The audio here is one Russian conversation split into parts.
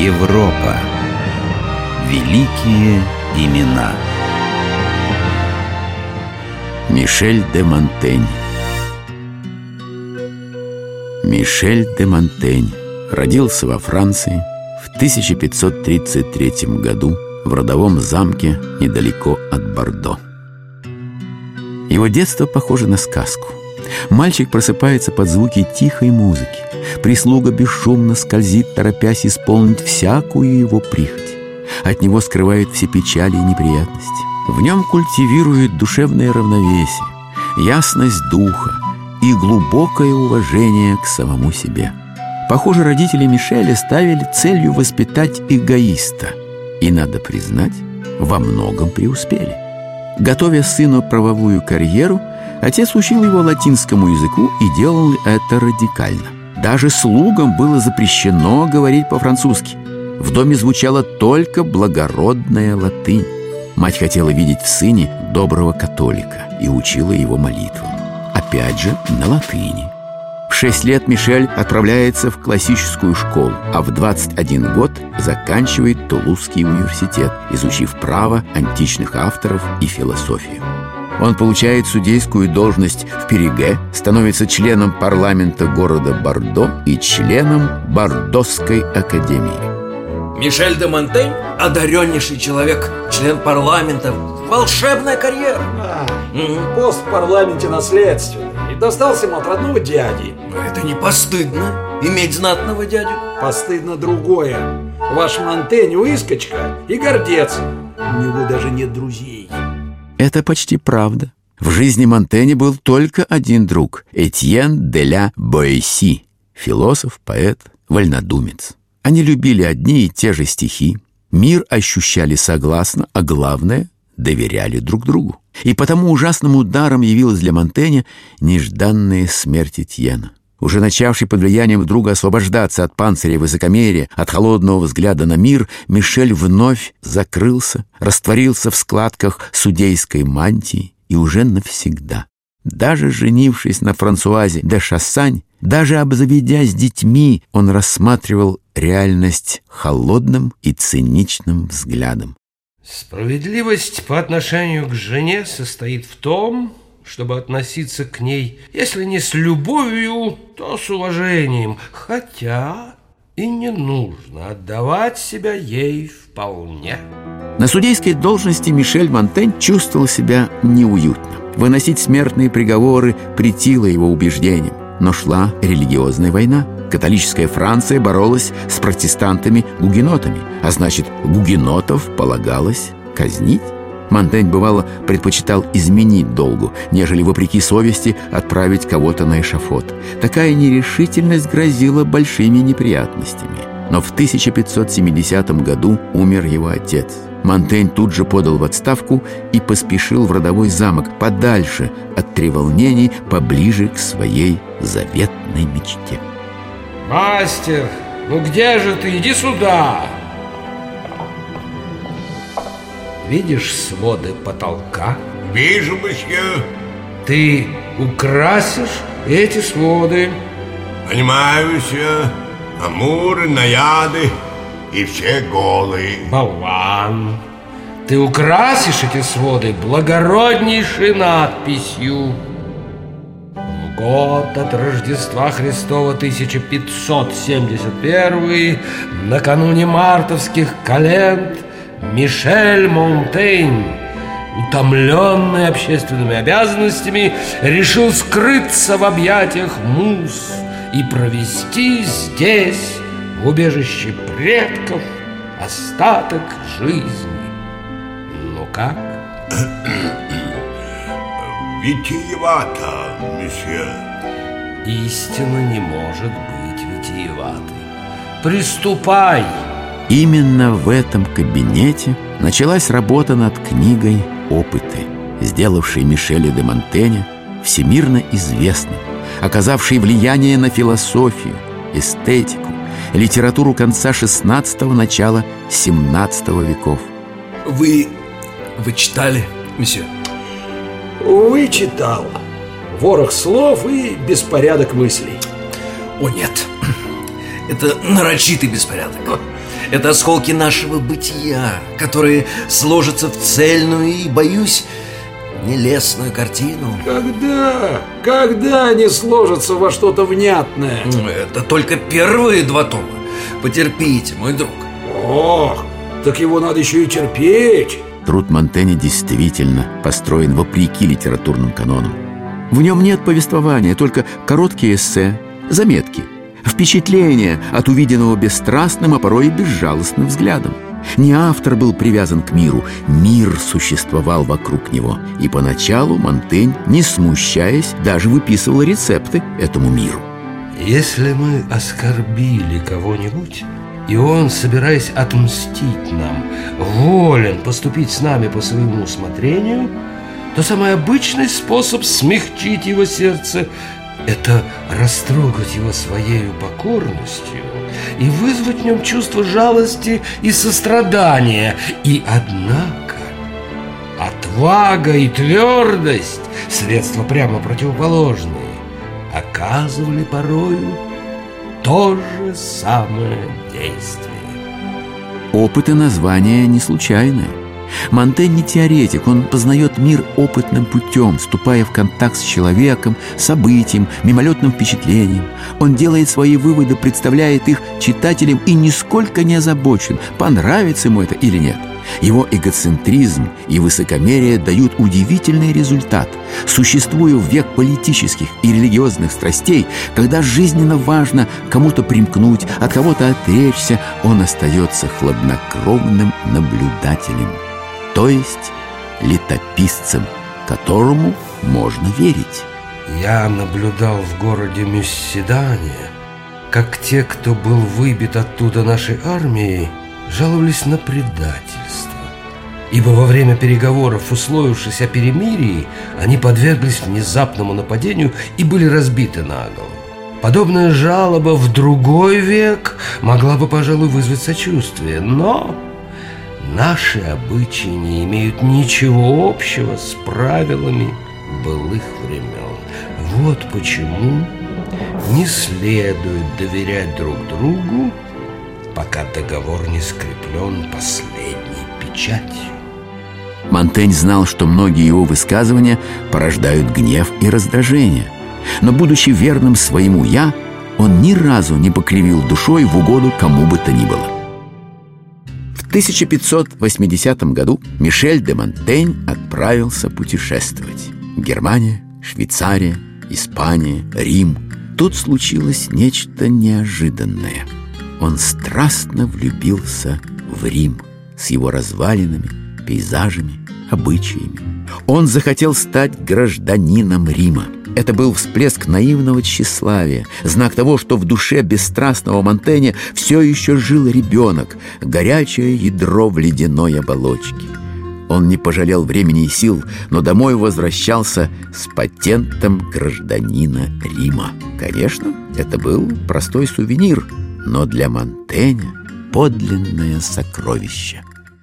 Европа. Великие имена. Мишель де Монтень. Мишель де Монтень родился во Франции в 1533 году в родовом замке недалеко от Бордо. Его детство похоже на сказку. Мальчик просыпается под звуки тихой музыки. Прислуга бесшумно скользит, торопясь исполнить всякую его прихоть. От него скрывают все печали и неприятности. В нем культивируют душевное равновесие, ясность духа и глубокое уважение к самому себе. Похоже, родители Мишеля ставили целью воспитать эгоиста. И, надо признать, во многом преуспели. Готовя сыну правовую карьеру, отец учил его латинскому языку и делал это радикально. Даже слугам было запрещено говорить по-французски. В доме звучала только благородная латынь. Мать хотела видеть в сыне доброго католика и учила его молитвам. Опять же, на латыни. В 6 лет Мишель отправляется в классическую школу, а в 21 год заканчивает Тулузский университет, изучив право, античных авторов и философию. Он получает судейскую должность в Периге, становится членом парламента города Бордо и членом Бордоской академии. Мишель де Монтень – одареннейший человек, член парламента, волшебная карьера. Пост в парламенте наследственный и достался ему от родного дяди. Но это не постыдно, иметь знатного дядю. Постыдно другое. Ваш Монтень выскочка и гордец. У него даже нет друзей. Это почти правда. В жизни Монтэня был только один друг – Этьен де ля Боэсси, философ, поэт, вольнодумец. Они любили одни и те же стихи, мир ощущали согласно, а главное – доверяли друг другу. И потому ужасным ударом явилась для Монтэня нежданная смерть Этьена. Уже начавший под влиянием друга освобождаться от панциря высокомерия, от холодного взгляда на мир, Мишель вновь закрылся, растворился в складках судейской мантии и уже навсегда. Даже женившись на Франсуазе де Шассань, даже обзаведясь детьми, он рассматривал реальность холодным и циничным взглядом. Справедливость по отношению к жене состоит в том, чтобы относиться к ней, если не с любовью, то с уважением, хотя и не нужно отдавать себя ей вполне. На судейской должности Мишель Монтень чувствовал себя неуютно. Выносить смертные приговоры претило его убеждениям. Но шла религиозная война. Католическая Франция боролась с протестантами-гугенотами, а значит, гугенотов полагалось казнить. Монтень, бывало, предпочитал изменить долгу, нежели, вопреки совести, отправить кого-то на эшафот. Такая нерешительность грозила большими неприятностями. Но в 1570 году умер его отец. Монтень тут же подал в отставку и поспешил в родовой замок, подальше от треволнений, поближе к своей заветной мечте. Мастер, ну где же ты? Иди сюда! Видишь своды потолка? Вижу, месье. Ты украсишь эти своды. Понимаю, месье. Амуры, наяды и все голые. Болван. Ты украсишь эти своды благороднейшей надписью. В год от Рождества Христова 1571, накануне мартовских календ, Мишель Монтень, утомленный общественными обязанностями, решил скрыться в объятиях муз и провести здесь, в убежище предков, остаток жизни. Ну как? Витиевато, месье. Истина не может быть витиеватой. Приступай. Именно в этом кабинете началась работа над книгой «Опыты», сделавшей Мишеля де Монтэня всемирно известным, оказавшей влияние на философию, эстетику, литературу конца XVI – начала XVII веков. Вы читали, месье? Увы, читал. Ворох слов и беспорядок мыслей. О, нет. Это нарочитый беспорядок. Это осколки нашего бытия, которые сложатся в цельную и, боюсь, нелестную картину. Когда они сложатся во что-то внятное? Это только первые 2 тома. Потерпите, мой друг. Ох, так его надо еще и терпеть. Труд Монтэня действительно построен вопреки литературным канонам. В нем нет повествования, только короткие эссе, заметки, впечатления от увиденного бесстрастным, а порой и безжалостным взглядом. Не автор был привязан к миру, мир существовал вокруг него. И поначалу Монтень, не смущаясь, даже выписывал рецепты этому миру. Если мы оскорбили кого-нибудь, и он, собираясь отмстить нам, волен поступить с нами по своему усмотрению, то самый обычный способ смягчить его сердце – это растрогать его своею покорностью и вызвать в нем чувство жалости и сострадания. И однако отвага и твердость, средства прямо противоположные, оказывали порою то же самое действие. Опыт и название не случайные. Монтень не теоретик, он познает мир опытным путем, вступая в контакт с человеком, событием, мимолетным впечатлением. Он делает свои выводы, представляет их читателям и нисколько не озабочен, понравится ему это или нет. Его эгоцентризм и высокомерие дают удивительный результат. Существуя в век политических и религиозных страстей, когда жизненно важно кому-то примкнуть, от кого-то отречься, он остается хладнокровным наблюдателем, то есть летописцем, которому можно верить. Я наблюдал в городе Мюсседане, как те, кто был выбит оттуда нашей армией, жаловались на предательство, ибо во время переговоров, условившись о перемирии, они подверглись внезапному нападению и были разбиты на голову. Подобная жалоба в другой век могла бы, пожалуй, вызвать сочувствие, но наши обычаи не имеют ничего общего с правилами былых времен. Вот почему не следует доверять друг другу, пока договор не скреплен последней печатью. Монтень знал, что многие его высказывания порождают гнев и раздражение. Но, будучи верным своему «я», он ни разу не покривил душой в угоду кому бы то ни было. В 1580 году Мишель де Монтень отправился путешествовать. Германия, Швейцария, Испания, Рим. Тут случилось нечто неожиданное. Он страстно влюбился в Рим с его развалинами, пейзажами, обычаями. Он захотел стать гражданином Рима. Это был всплеск наивного тщеславия, знак того, что в душе бесстрастного Монтэня все еще жил ребенок, горячее ядро в ледяной оболочке. Он не пожалел времени и сил, но домой возвращался с патентом гражданина Рима. Конечно, это был простой сувенир, но для Монтэня подлинное сокровище.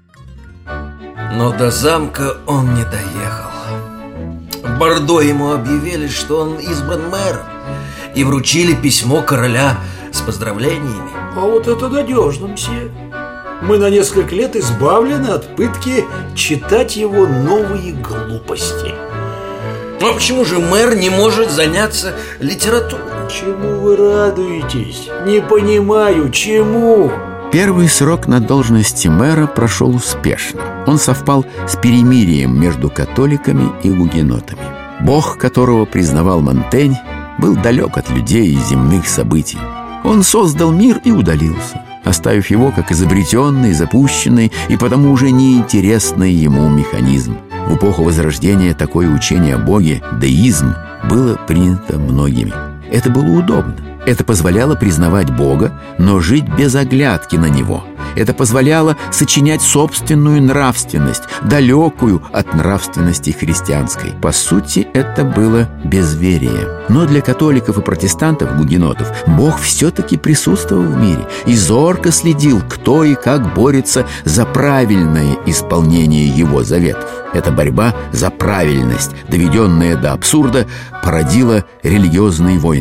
Но до замка он не доехал. В Бордо ему объявили, что он избран мэром, и вручили письмо короля с поздравлениями. А вот это надежно, мсье. Мы на несколько лет избавлены от пытки читать его новые глупости. А почему же мэр не может заняться литературой? Чему вы радуетесь? Не понимаю, чему? Первый срок на должности мэра прошел успешно. Он совпал с перемирием между католиками и гугенотами. Бог, которого признавал Монтень, был далек от людей и земных событий. Он создал мир и удалился, оставив его как изобретенный, запущенный и потому уже неинтересный ему механизм. В эпоху Возрождения такое учение о Боге, деизм, было принято многими. Это было удобно. Это позволяло признавать Бога, но жить без оглядки на Него. Это позволяло сочинять собственную нравственность, далекую от нравственности христианской. По сути, это было безверие. Но для католиков и протестантов-гугенотов Бог все-таки присутствовал в мире и зорко следил, кто и как борется за правильное исполнение Его заветов. Эта борьба за правильность, доведенная до абсурда, породила религиозные войны.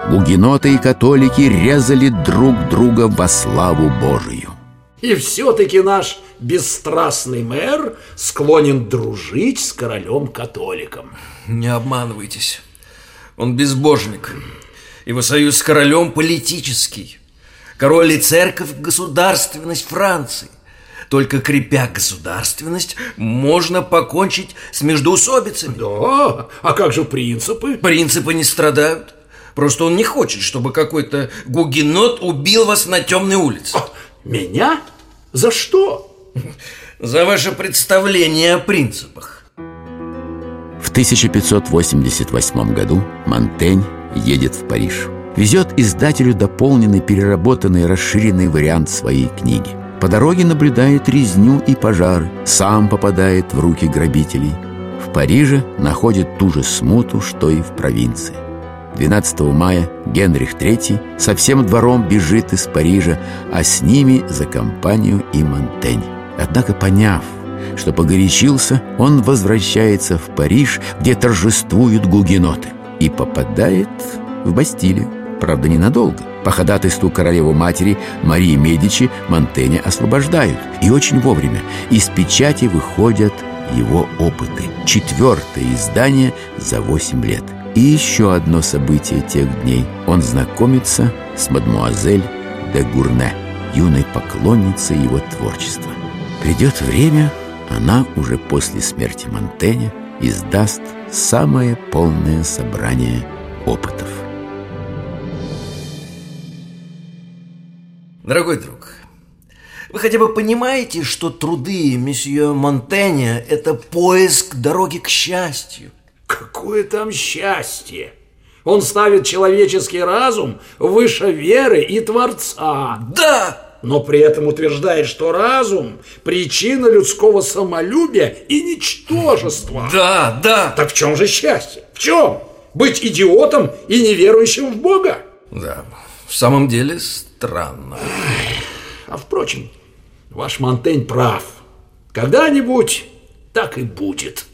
гугеноты и католики резали друг друга во славу Божию. И все-таки наш бесстрастный мэр склонен дружить с королем-католиком. Не обманывайтесь. Он безбожник. Его союз с королем политический. Король и церковь – государственность Франции. Только крепя государственность, можно покончить с междоусобицами. Да, а как же принципы? Принципы не страдают. Просто он не хочет, чтобы какой-то гугенот убил вас на темной улице. Меня? За что? За ваше представление о принципах. В 1588 году Монтень едет в Париж. Везет издателю дополненный, переработанный, расширенный вариант своей книги. По дороге наблюдает резню и пожары, сам попадает в руки грабителей. В Париже находит ту же смуту, что и в провинции. 12 мая Генрих III со всем двором бежит из Парижа, а с ними за компанию и Монтень. Однако, поняв, что погорячился, он возвращается в Париж, где торжествуют гугеноты, и попадает в Бастилию. Правда, ненадолго. По ходатайству королевы-матери Марии Медичи Монтэня освобождают. И очень вовремя. Из печати выходят его опыты. 4-е издание за 8 лет. И еще одно событие тех дней. Он знакомится с мадемуазель де Гурне, юной поклонницей его творчества. Придет время, она уже после смерти Монтэня издаст самое полное собрание опытов. Дорогой друг, вы хотя бы понимаете, что труды месье Монтэня – это поиск дороги к счастью? Какое там счастье! Он ставит человеческий разум выше веры и Творца. Да! Но при этом утверждает, что разум – причина людского самолюбия и ничтожества. Да, да! Так в чем же счастье? В чем? Быть идиотом и неверующим в Бога? Да, в самом деле странно. А впрочем, ваш Монтень прав. Когда-нибудь так и будет.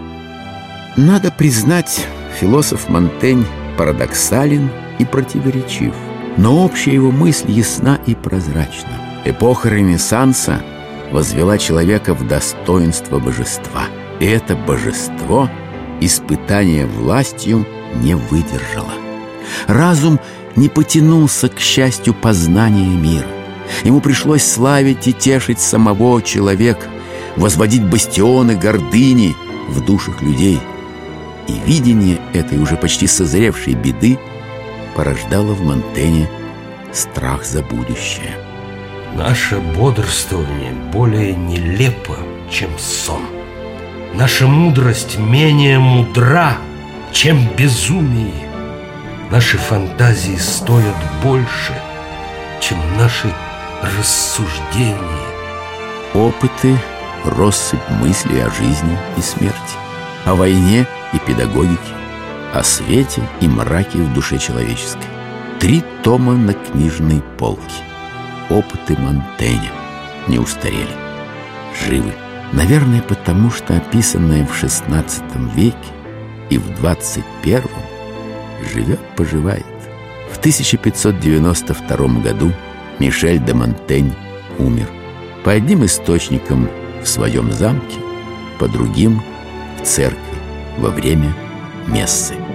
Надо признать, философ Монтень парадоксален и противоречив. Но общая его мысль ясна и прозрачна. Эпоха Ренессанса возвела человека в достоинство божества. И это божество испытание властью не выдержало. Разум не потянулся к счастью познания мира. Ему пришлось славить и тешить самого человека, возводить бастионы гордыни в душах людей. И видение этой уже почти созревшей беды порождало в Монтэне страх за будущее. Наше бодрствование более нелепо, чем сон. Наша мудрость менее мудра, чем безумие. Наши фантазии стоят больше, чем наши рассуждения. Опыты – россыпь мыслей о жизни и смерти, о войне и педагогике, о свете и мраке в душе человеческой. 3 тома на книжной полке. Опыты Монтэня не устарели, живы. Наверное, потому что описанное в XVI веке и в XXI живет-поживает. В 1592 году Мишель де Монтень умер. По одним источникам в своем замке, по другим в церкви во время мессы.